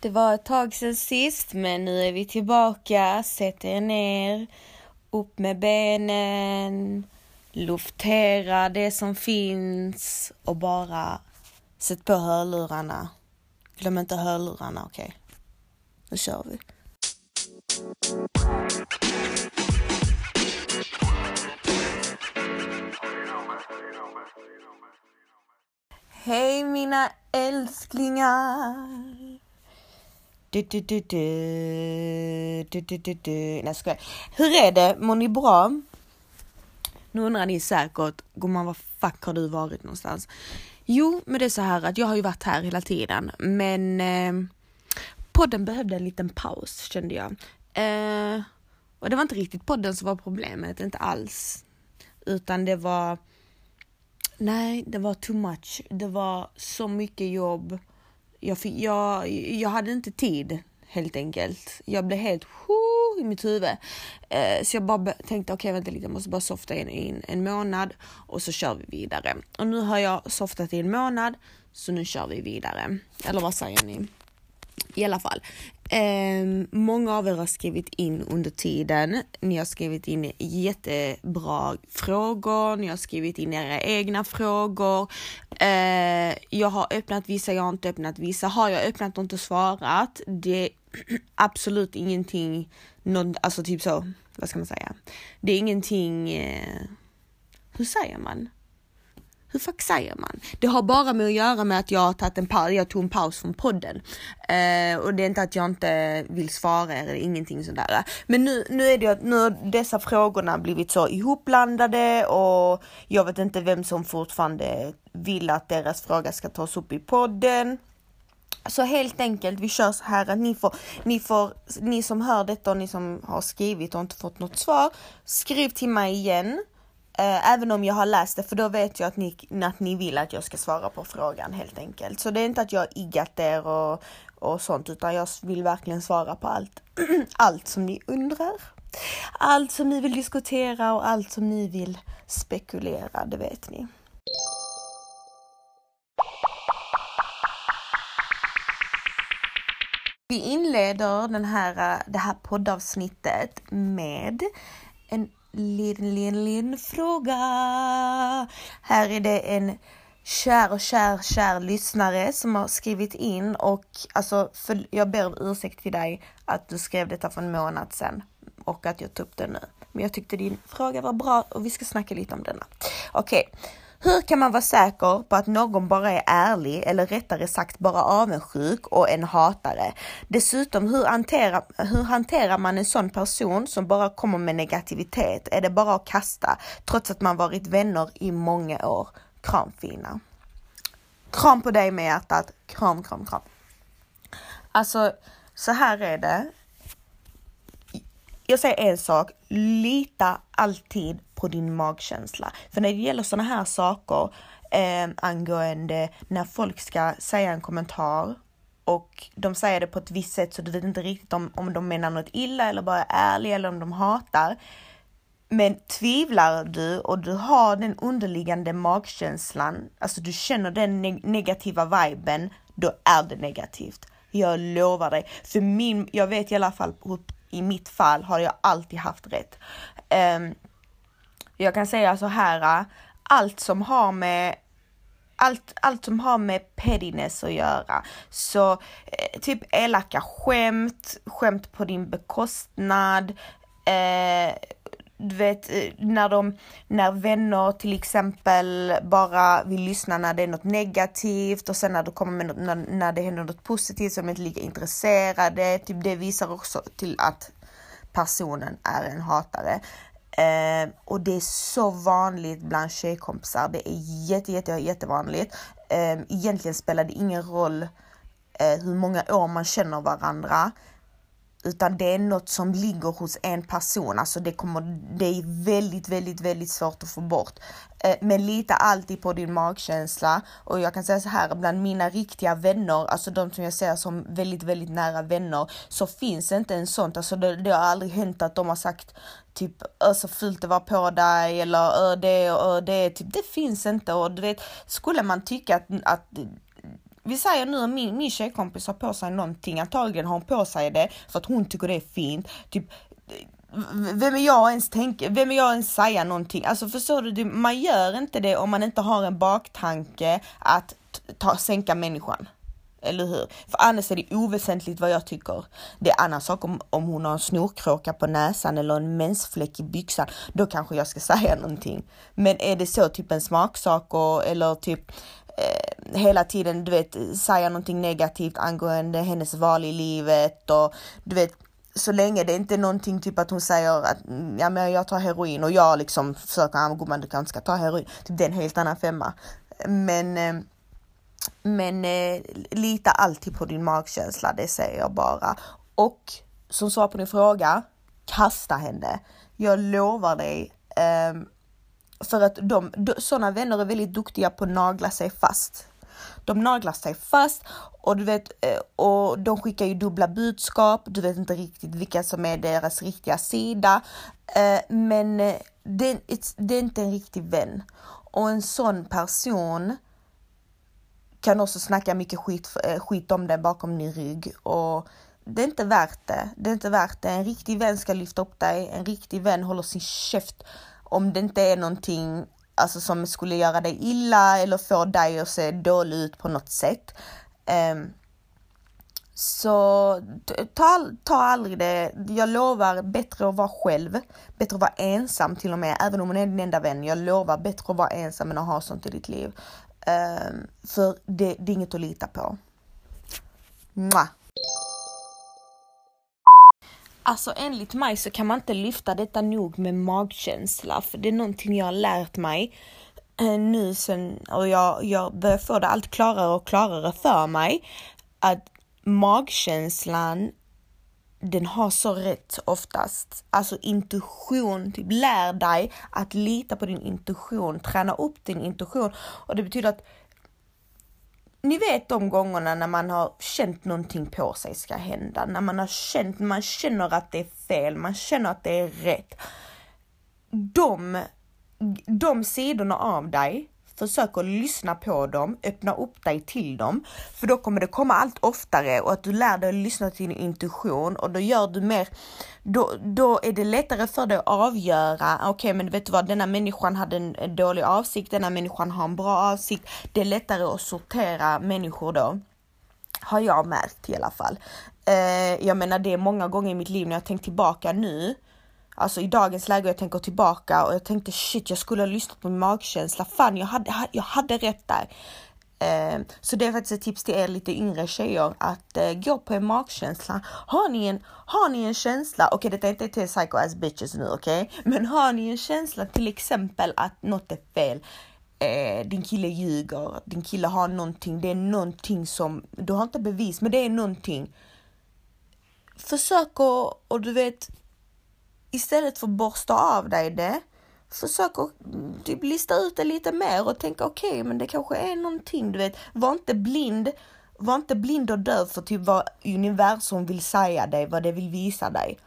Det var ett tag sedan sist, men nu är vi tillbaka. Sätt er ner, upp med benen, luftera det som finns och bara sätt på hörlurarna. Glöm inte hörlurarna, okej? Nu kör vi. Hej mina älsklingar. Nej, ska jag. Hur är det? Mår ni bra? Nu undrar ni säkert, gumman, vad fuck har du varit någonstans? Jo, men det är så här att jag har ju varit här hela tiden. Men podden behövde en liten paus, kände jag. Och det var inte riktigt podden som var problemet, inte alls. Utan det var... Nej, det var too much. Det var så mycket jobb. Jag hade inte tid, helt enkelt. Jag blev helt i mitt huvud. Så jag bara tänkte, okej, vänta lite. Jag måste bara softa in en månad. Och så kör vi vidare. Och nu har jag softat i en månad. Så nu kör vi vidare. Eller vad säger ni? I alla fall. Många av er har skrivit in under tiden. Ni har skrivit in jättebra frågor. Ni har skrivit in era egna frågor. Jag har öppnat vissa, jag har inte öppnat vissa. Har jag öppnat och inte svarat? Det är absolut ingenting. Alltså typ så, vad ska man säga? Det är ingenting... hur säger man? Hur fuck säger man? Det har bara med att göra med att jag tog en paus från podden. Och det är inte att jag inte vill svara eller ingenting sådär. Men nu är det att nu har dessa frågorna blivit så ihopblandade. Och jag vet inte vem som fortfarande vill att deras fråga ska tas upp i podden. Så helt enkelt, vi kör så här att ni som hör detta och ni som har skrivit och inte fått något svar, skriv till mig igen. Även om jag har läst det, för då vet jag att ni vill att jag ska svara på frågan, helt enkelt. Så det är inte att jag har iggat er och sånt, utan jag vill verkligen svara på allt. Allt som ni undrar. Allt som ni vill diskutera och allt som ni vill spekulera, det vet ni. Vi inleder det här poddavsnittet med en liten fråga. Här är det en kär lyssnare som har skrivit in, och alltså, jag ber om ursäkt till dig att du skrev detta för en månad sedan och att jag tog upp det nu. Men jag tyckte din fråga var bra och vi ska snacka lite om denna. Okej. Hur kan man vara säker på att någon bara är ärlig, eller rättare sagt bara avundsjuk och en hatare? Dessutom, hur hanterar man en sån person som bara kommer med negativitet? Är det bara att kasta, trots att man varit vänner i många år? Kram, fina. Kram på dig med hjärtat. Kram. Alltså, så här är det. Jag säger en sak, lita alltid på din magkänsla. För när det gäller såna här saker angående när folk ska säga en kommentar och de säger det på ett visst sätt, så du vet inte riktigt om de menar något illa eller bara är ärliga eller om de hatar. Men tvivlar du och du har den underliggande magkänslan, alltså du känner den negativa viben, då är det negativt. Jag lovar dig. För jag vet i alla fall, i mitt fall har jag alltid haft rätt. Jag kan säga så här, allt som har med pettiness att göra. Så typ elaka skämt på din bekostnad. Du vet, när vänner till exempel bara vill lyssna när det är något negativt, och sen när du kommer med när det händer något positivt så är de inte lika intresserade. Typ det visar också till att personen är en hatare. Och det är så vanligt bland tjejkompisar. Det är jättevanligt. Egentligen spelar det ingen roll hur många år man känner varandra, utan det är något som ligger hos en person. Alltså det är väldigt svårt att få bort. Men lita alltid på din magkänsla. Och jag kan säga så här, bland mina riktiga vänner, alltså de som jag ser som väldigt nära vänner, så finns inte en sånt. Alltså det har aldrig hänt att de har sagt typ så fult det var på dig, eller det typ, det finns inte. Och du vet, skulle man tycka att vi säger nu att min tjejkompis har på sig någonting, antagligen har hon på sig det för att hon tycker det är fint. Typ, vem är jag ens säga någonting? Alltså förstår du, man gör inte det om man inte har en baktanke att sänka människan. Eller hur? För annars är det oväsentligt vad jag tycker. Det är annan sak om hon har en snorkråka på näsan eller en mensfläck i byxan. Då kanske jag ska säga någonting. Men är det så typ en smaksak eller typ hela tiden du vet säga någonting negativt angående hennes val i livet och du vet så länge det inte är någonting typ att hon säger att ja men jag tar heroin och jag liksom försöker gumman du kanske ska ta heroin. Typ det är en helt annan femma. Men lita alltid på din magkänsla, det säger jag bara. Och som svar på din fråga, kasta henne. Jag lovar dig. För att sådana vänner är väldigt duktiga på att nagla sig fast. De naglar sig fast och du vet, och de skickar ju dubbla budskap. Du vet inte riktigt vilka som är deras riktiga sida. Men det är inte en riktig vän. Och en sån person kan också snacka mycket skit om dig bakom din rygg. Och det är inte värt det. Det är inte värt det. En riktig vän ska lyfta upp dig. En riktig vän håller sin käft om det inte är någonting alltså, som skulle göra dig illa eller få dig att se dålig ut på något sätt. Så ta aldrig det. Jag lovar bättre att vara själv. Bättre att vara ensam till och med. Även om man är din enda vän. Jag lovar bättre att vara ensam än att ha sånt i ditt liv. För det är inget att lita på. Mwah. Alltså enligt mig så kan man inte lyfta detta nog med magkänsla. För det är någonting jag har lärt mig nu sen. Och jag börjar få det allt klarare och klarare för mig. Att magkänslan, den har så rätt oftast. Alltså intuition, typ lär dig att lita på din intuition. Träna upp din intuition. Och det betyder att ni vet de gångerna när man har känt någonting på sig ska hända. När man känner att det är fel. Man känner att det är rätt. De sidorna av dig, försök att lyssna på dem. Öppna upp dig till dem. För då kommer det komma allt oftare. Och att du lär dig att lyssna till din intuition. Och då gör du mer. Då är det lättare för dig att avgöra. Okej, men vet du vad? Denna människan hade en dålig avsikt. Denna människan har en bra avsikt. Det är lättare att sortera människor då. Har jag märkt i alla fall. Jag menar det är många gånger i mitt liv när jag tänkt tillbaka nu. Alltså i dagens läge jag tänker tillbaka och jag tänkte shit jag skulle ha lyssnat på min magkänsla. Fan jag hade rätt där. Så det är faktiskt ett tips till er lite yngre tjejer att gå på en magkänsla. Har ni en känsla, okej detta är inte till psycho ass bitches nu okej. Men har ni en känsla till exempel att något är fel. Din kille ljuger, din kille har någonting. Det är någonting som, du har inte bevis men det är någonting. Försök och du vet istället för att borsta av dig det, försök att typ lista ut det lite mer och tänka okej, men det kanske är någonting, du vet. Var inte blind och döv för typ vad universum vill säga dig, vad det vill visa dig.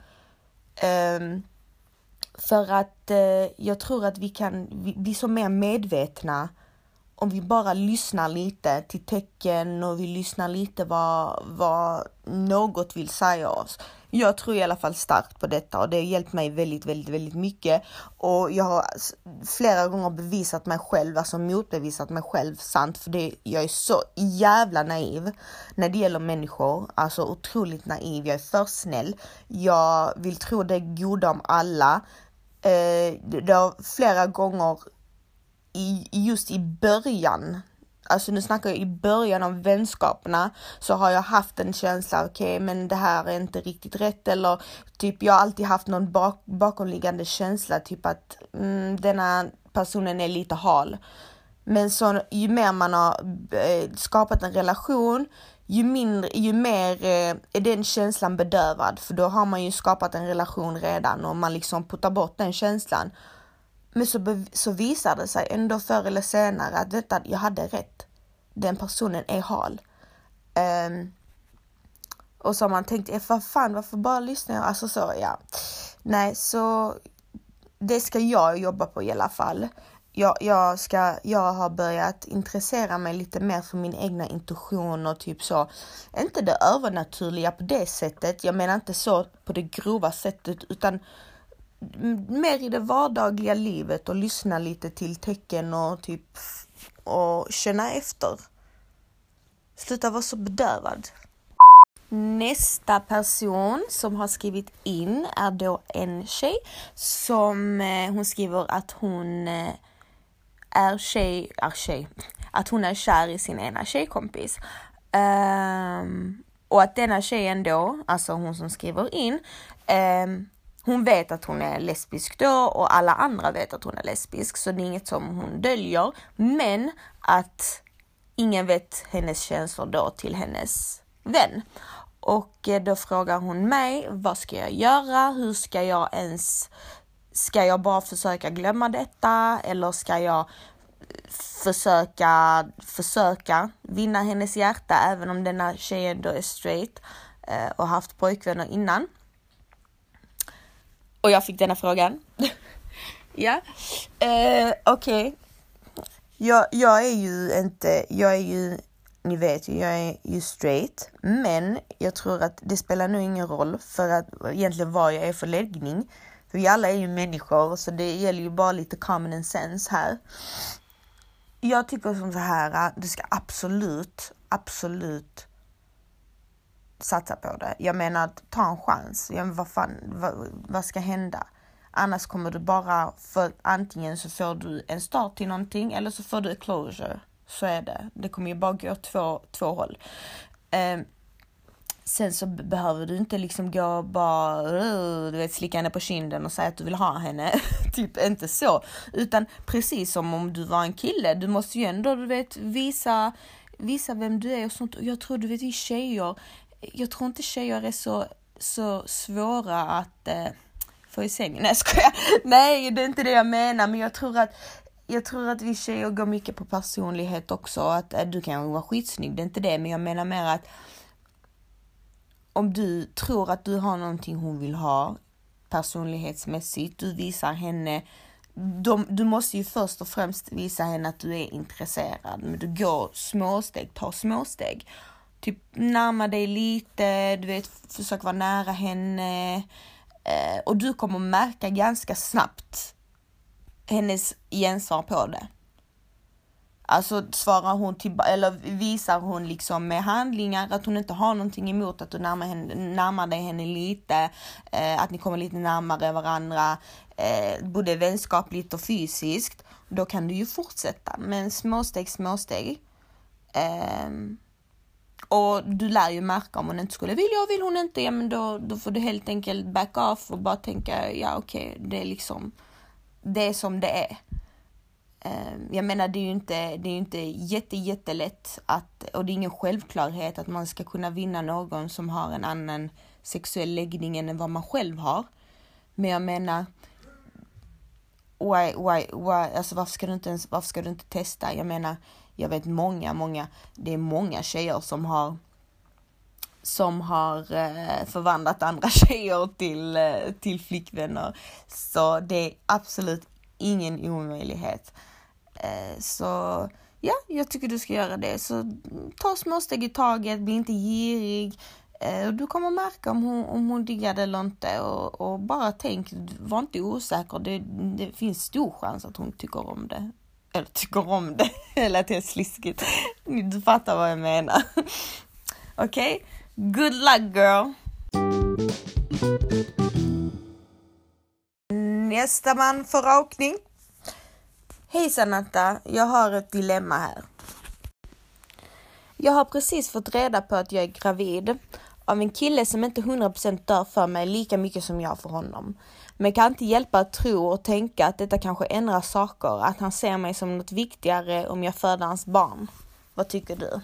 För att jag tror att vi kan bli så mer medvetna om vi bara lyssnar lite till tecken och vi lyssnar lite vad något vill säga oss. Jag tror i alla fall starkt på detta och det har hjälpt mig väldigt, väldigt, väldigt mycket. Och jag har flera gånger bevisat mig själv, alltså motbevisat mig själv sant. För jag är så jävla naiv när det gäller människor. Alltså otroligt naiv, jag är för snäll. Jag vill tro det goda om alla. Det har flera gånger just i början, alltså nu snackar jag i början av vänskaperna, så har jag haft en känsla okej, men det här är inte riktigt rätt, eller typ jag har alltid haft någon bakomliggande känsla typ att denna personen är lite hal. Men så ju mer man har skapat en relation, ju mer är den känslan bedövad, för då har man ju skapat en relation redan och man liksom puttar bort den känslan. Men så visar det sig ändå förr eller senare att jag hade rätt. Den personen är hal. Och så har man tänkt, varför bara lyssnar jag? Alltså så, ja. Nej, så det ska jag jobba på i alla fall. jag har börjat intressera mig lite mer för min egna intuition och typ så. Inte det övernaturliga på det sättet. Jag menar inte så på det grova sättet, utan mer i det vardagliga livet och lyssna lite till tecken och typ och känna efter. Sluta vara så bedövad. Nästa person som har skrivit in är då en tjej som hon skriver att hon att hon är kär i sin ena tjejkompis. Och att denna tjejen då, alltså hon som skriver in, hon vet att hon är lesbisk då och alla andra vet att hon är lesbisk, så det är inget som hon döljer, men att ingen vet hennes känslor då till hennes vän. Och då frågar hon mig, vad ska jag göra? Hur ska jag ska jag bara försöka glömma detta, eller ska jag försöka vinna hennes hjärta även om denna tjejen då är straight och haft pojkvänner innan? Och jag fick denna frågan. Ja. Okej. Jag är ju ni vet ju, jag är ju straight, men jag tror att det spelar nog ingen roll för att egentligen vad jag är för läggning. För vi alla är ju människor, så det gäller ju bara lite common sense här. Jag tycker som så här, du ska absolut satsa på det. Jag menar, ta en chans. Vad ska hända? Annars kommer du bara, för antingen så får du en start till någonting eller så får du ett closure. Så är det. Det kommer ju bara gå två håll. Sen så behöver du inte liksom gå bara slicka henne på kinden och säga att du vill ha henne. Typ inte så. Utan precis som om du var en kille. Du måste ju ändå visa vem du är och sånt. Och jag tror vi tjejer. Jag tror inte tjejer är så svåra att få i sängen. Nej, skojar. Nej, det är inte det jag menar. Men jag tror att vi tjejer går mycket på personlighet också. Att du kan vara skitsnygg, det är inte det. Men jag menar mer att om du tror att du har någonting hon vill ha personlighetsmässigt, du visar henne, du måste ju först och främst visa henne att du är intresserad. Men du går ta småsteg. Typ närma dig lite, försök vara nära henne. Och du kommer märka ganska snabbt hennes gensvar på det. Alltså svarar hon eller visar hon liksom med handlingar att hon inte har någonting emot att du närmar dig henne lite, att ni kommer lite närmare varandra, både vänskapligt och fysiskt, då kan du ju fortsätta. Men småsteg. Och du lär ju märka om hon inte skulle vill hon inte, ja men då får du helt enkelt back off och bara tänka, ja okej, det är liksom, det är som det är. Jag menar, det är ju inte jättelätt och det är ingen självklarhet att man ska kunna vinna någon som har en annan sexuell läggning än vad man själv har. Men jag menar, alltså varför ska du inte testa? Jag menar, jag vet det är många tjejer som har förvandlat andra tjejer till flickvänner. Så det är absolut ingen omöjlighet. Så ja, jag tycker du ska göra det. Så ta småsteg i taget, bli inte girig. Du kommer märka om hon diggar det eller inte. Och bara tänk, var inte osäker. Det finns stor chans att hon tycker om det. Eller att det är sliskigt. Du fattar vad jag menar. Okej? Good luck, girl! Nästa man för rakning. Hejsan Natta, jag har ett dilemma här. Jag har precis fått reda på att jag är gravid av en kille som inte 100% dör för mig lika mycket som jag för honom. Men kan inte hjälpa att tro och tänka att detta kanske ändrar saker, att han ser mig som något viktigare om jag föder hans barn. Vad tycker du?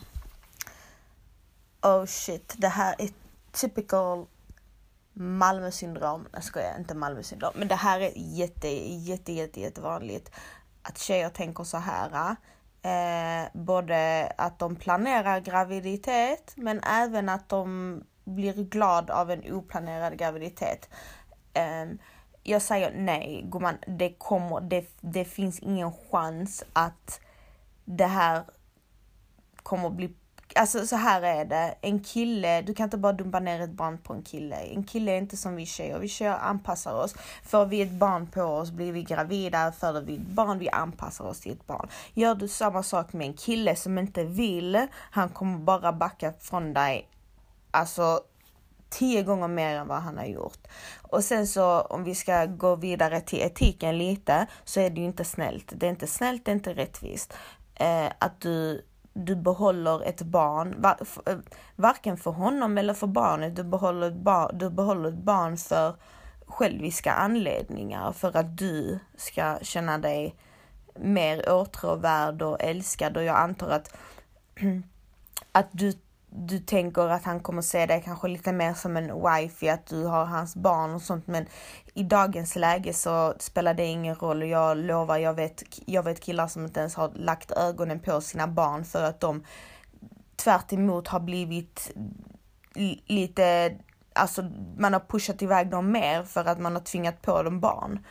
Oh shit, det här är typical Malmö-syndrom. Jag skojar, inte Malmö-syndrom. Men det här är jättevanligt. Att tjejer tänker så här. Både att de planerar graviditet, men även att de blir glad av en oplanerad graviditet. jag säger nej, gumman, det finns ingen chans att det här kommer bli, alltså så här är det, en kille, du kan inte bara dumpa ner ett barn på en kille. En kille är inte som vi tjejer anpassar oss. Får vi ett barn på oss, blir vi gravida, föder vi ett barn, vi anpassar oss till ett barn. Gör du samma sak med en kille som inte vill, han kommer bara backa från dig, alltså 10 gånger mer än vad han har gjort. Och sen så, om vi ska gå vidare till etiken lite, så är det ju inte snällt. Det är inte snällt, det är inte rättvist. Att du behåller ett barn, varken för honom eller för barnet. Du behåller ett barn för själviska anledningar. För att du ska känna dig mer åtråvärd och älskad. Och jag antar att du tänker att han kommer se dig kanske lite mer som en wife, att du har hans barn och sånt, men i dagens läge så spelar det ingen roll. Och jag lovar, jag vet killar som inte ens har lagt ögonen på sina barn för att de tvärt emot har blivit lite, alltså man har pushat iväg dem mer för att man har tvingat på dem barn.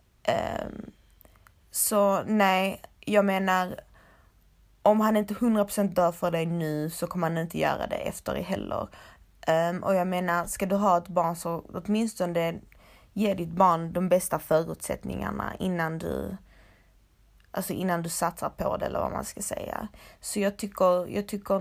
Så nej, jag menar, om han inte 100% dör för dig nu, så kommer han inte göra det efter det heller. Och jag menar, ska du ha ett barn, så åtminstone ge ditt barn de bästa förutsättningarna innan du satsar på det, eller vad man ska säga. Så jag tycker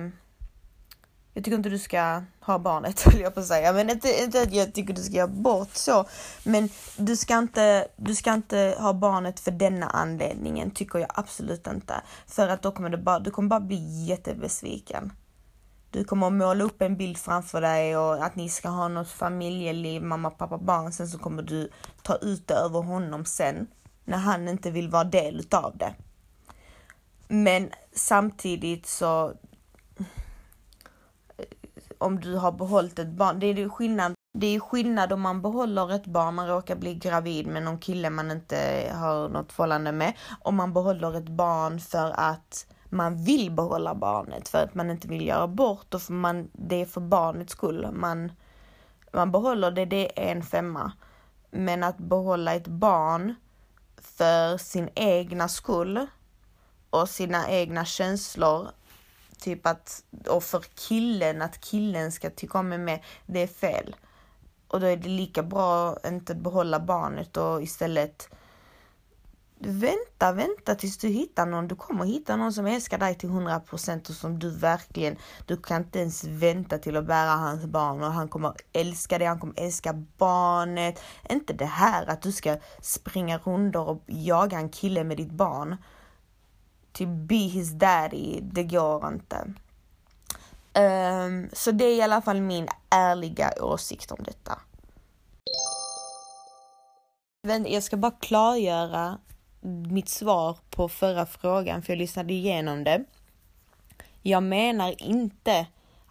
inte du ska ha barnet, vill jag på säga. Men inte att jag tycker du ska göra bort så. Men du ska inte ha barnet för denna anledningen, tycker jag absolut inte. För att då kommer du kommer bara bli jättebesviken. Du kommer att måla upp en bild framför dig och att ni ska ha något familjeliv, mamma, pappa, barn. Sen så kommer du ta ut det över honom sen, när han inte vill vara del utav det. Men samtidigt så, om du har behållit ett barn, det är skillnad om man behåller ett barn, man råkar bli gravid med någon kille man inte har något förhållande med. Om man behåller ett barn för att man vill behålla barnet, för att man inte vill göra bort, och det är för barnets skull. Man behåller det är en 5. Men att behålla ett barn för sin egna skull och sina egna känslor, typ och för att killen ska tycka om mig med, det är fel. Och då är det lika bra att inte behålla barnet och istället vänta tills du hittar någon. Du kommer hitta någon som älskar dig till 100% och som du kan inte ens vänta till att bära hans barn, och han kommer älska dig, han kommer älska barnet. Inte det här att du ska springa rundor och jaga en kille med ditt barn. To be his daddy, det går inte. Så det är i alla fall min ärliga åsikt om detta. Jag ska bara klargöra mitt svar på förra frågan, för jag lyssnade igenom det. Jag menar inte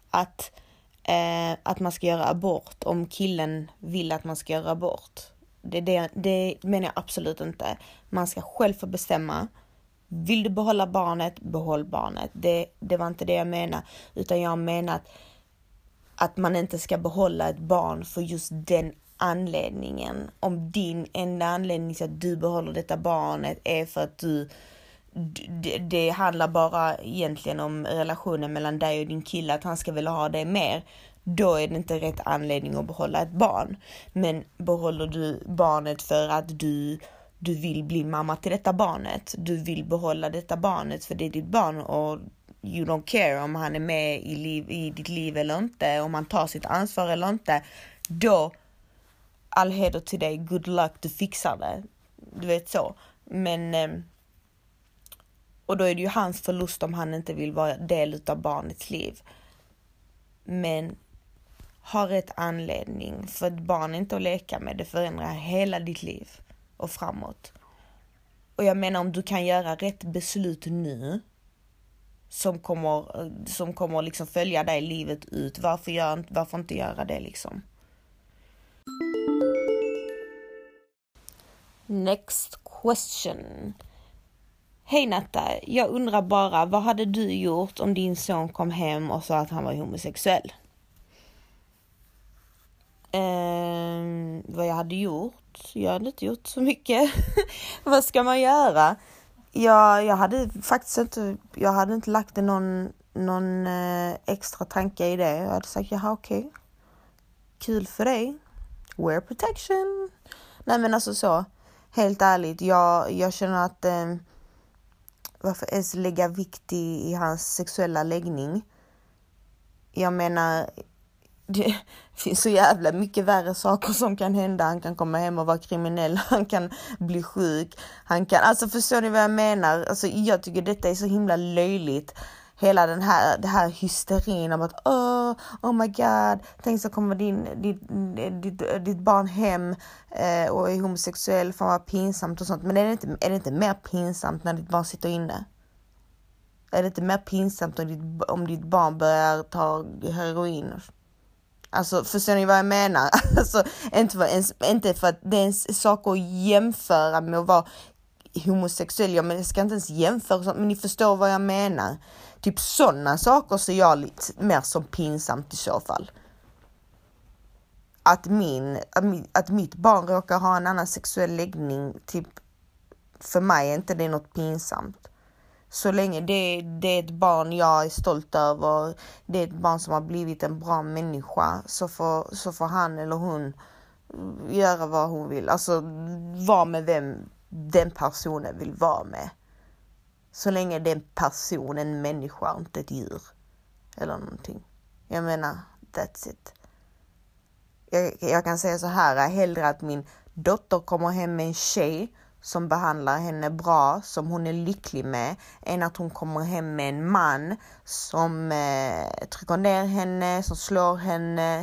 att man ska göra abort om killen vill att man ska göra abort. Det menar jag absolut inte. Man ska själv få bestämma. Vill du behålla barnet, behåll barnet. Det var inte det jag menar. Utan jag menar att man inte ska behålla ett barn för just den anledningen. Om din enda anledning till att du behåller detta barnet är för att det handlar bara egentligen om relationen mellan dig och din kille, att han ska vilja ha dig mer, då är det inte rätt anledning att behålla ett barn. Men behåller du barnet för att du vill bli mamma till detta barnet, du vill behålla detta barnet för det är ditt barn och you don't care om han är med i ditt liv eller inte, om han tar sitt ansvar eller inte, då all heder till dig, good luck, du fixar det. Du vet så. Men och då är det ju hans förlust om han inte vill vara del av barnets liv. Men ha rätt anledning, för ett barn inte att leka med, det förändrar hela ditt liv och framåt. Och jag menar, om du kan göra rätt beslut nu som kommer liksom följa dig livet ut, varför inte göra det liksom? Next question. Hej Natta, jag undrar bara, vad hade du gjort om din son kom hem och sa att han var homosexuell? Vad jag hade gjort? Jag hade inte gjort så mycket. Vad ska man göra? Jag hade faktiskt inte lagt någon extra tanke i det. Jag hade sagt, jaha okej. Kul för dig. Wear protection. Nej men alltså så. Helt ärligt. Jag känner att varför ens lägga vikt i hans sexuella läggning? Jag menar, det finns så jävla mycket värre saker som kan hända. Han kan komma hem och vara kriminell. Han kan bli sjuk. Alltså förstår ni vad jag menar? Alltså jag tycker detta är så himla löjligt. Hela det här hysterin om att oh my god, tänk så kommer ditt barn hem och är homosexuell, fan vad pinsamt och sånt. Men är det inte mer pinsamt när ditt barn sitter inne? Är det inte mer pinsamt om ditt barn börjar ta heroin? Alltså förstår ni vad jag menar? Alltså inte för att det är en sak att jämföra med att vara homosexuell, men jag ska inte ens jämföra sånt, men ni förstår vad jag menar. Typ sådana saker ser jag lite mer som pinsamt i så fall. Att mitt barn råkar ha en annan sexuell läggning, typ för mig är inte det något pinsamt. Så länge det är ett barn jag är stolt över, det är ett barn som har blivit en bra människa, så får han eller hon göra vad hon vill. Alltså vara med vem den personen vill vara med. Så länge det är en person, en människa, inte ett djur eller någonting. Jag menar, that's it. Jag kan säga så här, hellre att min dotter kommer hem med en tjej som behandlar henne bra, som hon är lycklig med, än att hon kommer hem med en man som trycker ner henne, som slår henne,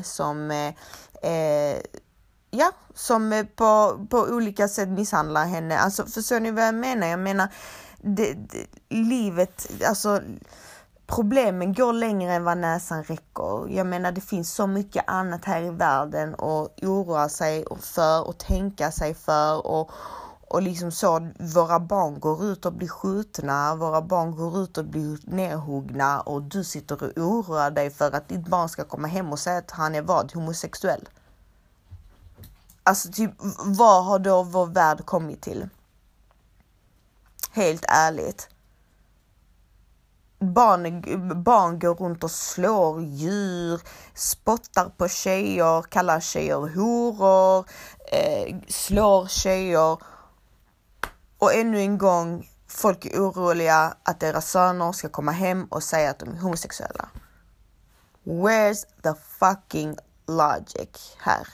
som på olika sätt misshandlar henne. Alltså förstår ni vad jag menar? Jag menar, livet, alltså problemen går längre än vad näsan räcker. Jag menar, det finns så mycket annat här i världen att oroa sig för och tänka sig för och liksom så, våra barn går ut och blir skjutna, våra barn går ut och blir nedhuggna och du sitter och oroar dig för att ditt barn ska komma hem och säga att han är homosexuell. Alltså typ, vad har då vår värld kommit till? Helt ärligt. Barn går runt och slår djur, spottar på tjejer, kallar tjejer horor, slår tjejer. Och ännu en gång, folk är oroliga att deras söner ska komma hem och säga att de är homosexuella. Where's the fucking logic här?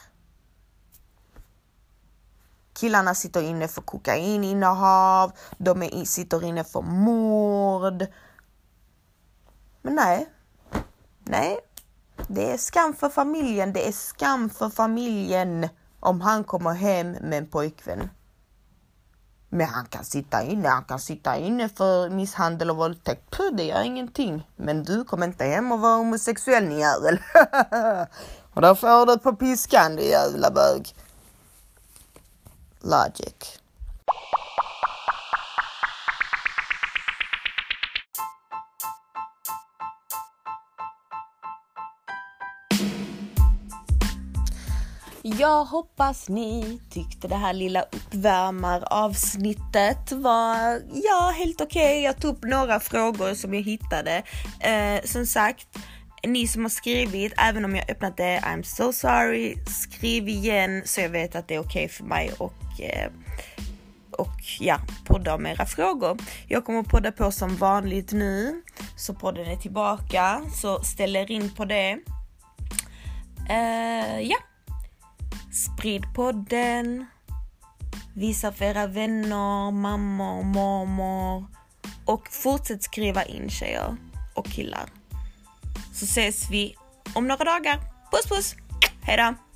Killarna sitter inne för kokaininnehav, sitter inne för mord. Men nej, det är skam för familjen, det är skam för familjen om han kommer hem med en pojkvän. Men han kan sitta inne för misshandel och våldtäkt. Det gör ingenting. Men du kommer inte hem och vara homosexuell, ni jävel. Och då får du på piskan, det jävla bög. Logic. Jag hoppas ni tyckte det här lilla uppvärmaravsnittet var helt okej. Jag tog upp några frågor som jag hittade. Som sagt, ni som har skrivit, även om jag öppnat det, I'm so sorry. Skriv igen så jag vet att det är okej för mig och podda om era frågor. Jag kommer podda på som vanligt nu, så podden är tillbaka, så ställ er in på det. Sprid podden, visa för era vänner, mammor, mormor, och fortsätt skriva in tjejer och killar. Så ses vi om några dagar. Puss puss, hejdå!